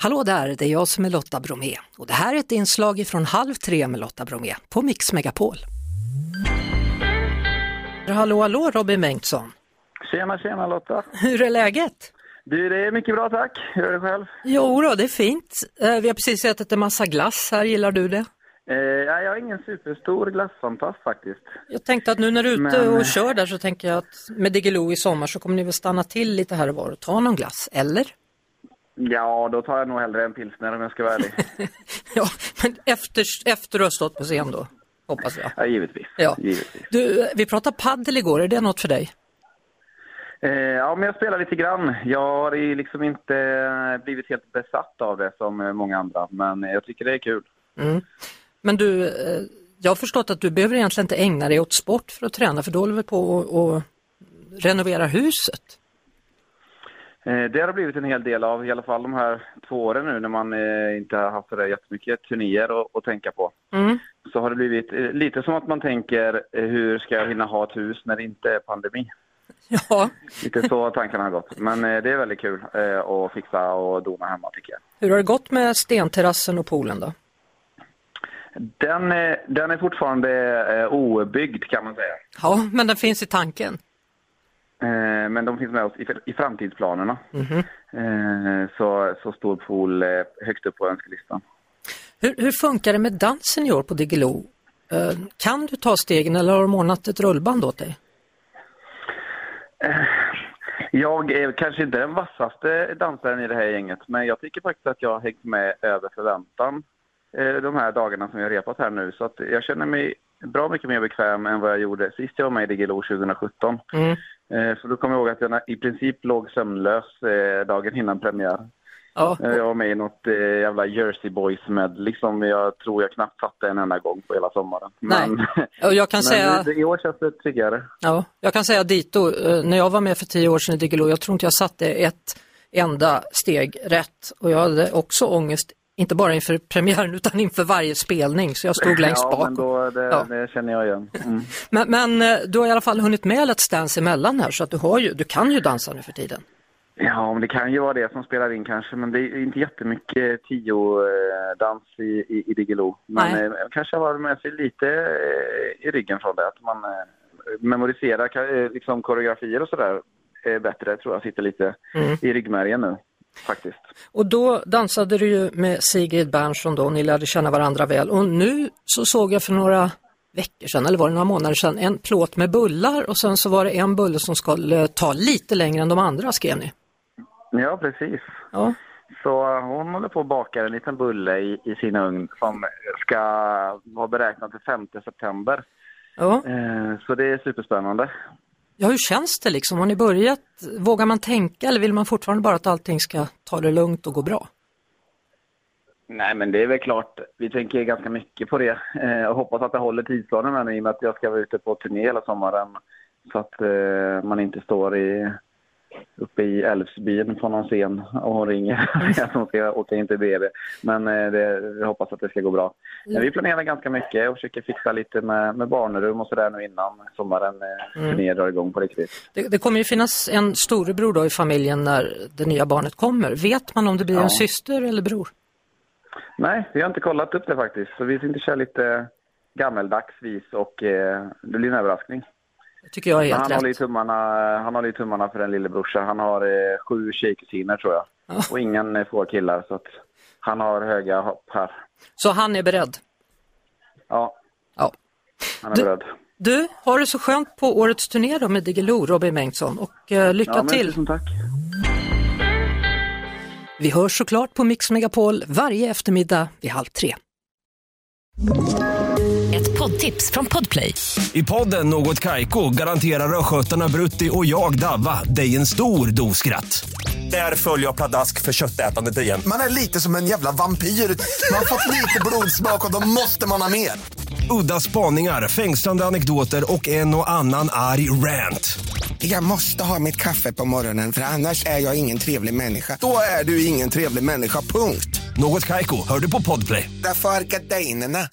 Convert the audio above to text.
Hallå där, det är jag som är Lotta Bromé och det här är ett inslag från 2:30 med Lotta Bromé på Mix Megapol. Hallå Robin Bengtsson. Tjena Lotta. Hur är läget? Du, det är mycket bra tack. Hur är det själv? Jo då, det är fint. Vi har precis ätit en massa glass här, gillar du det? Jag har ingen superstor glassfantast faktiskt. Jag tänkte att nu när du är ute och kör där så tänker jag att med Diggiloo i sommar så kommer ni väl stanna till lite här och var och ta någon glass, eller? Ja, då tar jag nog hellre en pilsner om jag ska vara ärlig. Ja, men efter du har stått på scen då, hoppas jag. Ja, givetvis. Ja. Givetvis. Du, vi pratade paddel igår, är det något för dig? Ja, men jag spelar lite grann. Jag har ju liksom inte blivit helt besatt av det som många andra, men jag tycker det är kul. Mm. Men du, jag har förstått att du behöver egentligen inte ägna dig åt sport för att träna, för då håller vi på att renovera huset. Det har blivit en hel del av, i alla fall de här 2 åren nu när man inte har haft så där jättemycket turnéer att tänka på. Mm. Så har det blivit lite som att man tänker, hur ska jag hinna ha ett hus när det inte är pandemi? Ja. Lite så tankarna har gått. Men det är väldigt kul att fixa och dona hemma tycker jag. Hur har det gått med stenterrassen och poolen då? Den är fortfarande obyggd kan man säga. Ja, men den finns i tanken. Men de finns med oss i framtidsplanerna. Mm-hmm. Så stor pool högst upp på önskelistan. Hur funkar det med dansen i år på Diggiloo? Kan du ta stegen eller har du ordnat ett rullband åt dig? Jag är kanske inte den vassaste dansaren i det här gänget, men jag tycker faktiskt att jag har hängt med över förväntan de här dagarna som jag har repat här nu. Så att jag känner mig bra mycket mer bekväm än vad jag gjorde sist jag var med i Diggiloo 2017. Mm. Så då kommer jag ihåg att jag i princip låg sömnlös dagen innan premiär. Ja. Jag var med i något jävla Jersey Boys med liksom jag tror jag knappt satte en enda gång på hela sommaren. Nej. Men, och jag kan säga, i år känns det tryggare. Ja, jag kan säga dito, när jag var med för 10 år sedan i Diggiloo, jag tror inte jag satte ett enda steg rätt. Och jag hade också ångest, inte bara inför premiären utan inför varje spelning. Så jag stod längst bak. Men då, det känner jag igen. Mm. men du har i alla fall hunnit med Let's Dance emellan här så att du kan ju dansa nu för tiden. Ja, men det kan ju vara det som spelar in kanske, men det är inte jättemycket 10-dans i Diggiloo. Men kanske har med sig lite i ryggen från det, att man memoriserar liksom koreografier och sådär bättre, tror jag sitter lite i ryggmärgen nu, faktiskt. Och då dansade du ju med Sigrid Bernson då, ni lärde känna varandra väl. Och nu så såg jag för några veckor sedan, eller var det några månader sedan, en plåt med bullar och sen så var det en bulle som skulle ta lite längre än de andra, skrev ni. Ja, precis. Ja. Så hon håller på att baka en liten bulle i sin ugn som ska vara beräknad till 5 september. Ja. Så det är superspännande. Ja, hur känns det liksom? Har ni börjat? Vågar man tänka eller vill man fortfarande bara att allting ska ta det lugnt och gå bra? Nej, men det är väl klart. Vi tänker ganska mycket på det. Och hoppas att det håller tidsplanen med, i och med att jag ska vara ute på turné hela sommaren. Så att man inte står uppe i Älvsbyn på någon scen och hon ringer som ska åka in till BB. Men jag hoppas att det ska gå bra. Men vi planerar ganska mycket och försöker fixa lite med barnrum och sådär nu innan sommaren turné drar igång på riktigt. Det kommer ju finnas en storebror då i familjen när det nya barnet kommer. Vet man om det blir en syster eller bror? Nej, vi har inte kollat upp det faktiskt. Så vi tänkte köra lite gammeldags vis och det blir en överraskning. Tycker jag är helt rätt. Han håller i tummarna för en lillebrorsa. Han har 7 tjejkusiner tror jag. Ja. Och ingen får killar, så att han har höga hopp här. Så han är beredd? Ja. Han är beredd. Du, har det så skönt på årets turné då med Diggiloo, Robin Bengtsson. Och lycka till. Tusen tack. Vi hörs såklart på Mix Megapol varje eftermiddag vid 2:30. Ett poddtips från Podplay. I podden Något Kaiko garanterar röskötarna Brutti och jag Davva dig en stor doskratt. Där följer jag pladask för köttätandet igen. Man är lite som en jävla vampyr. Man har fått lite blodsmak och då måste man ha mer. Udda spaningar, fängslande anekdoter och en och annan arg rant. Jag måste ha mitt kaffe på morgonen för annars är jag ingen trevlig människa. Då är du ingen trevlig människa, punkt. Något Kaiko, hör du på Podplay. Därför är gardinerna.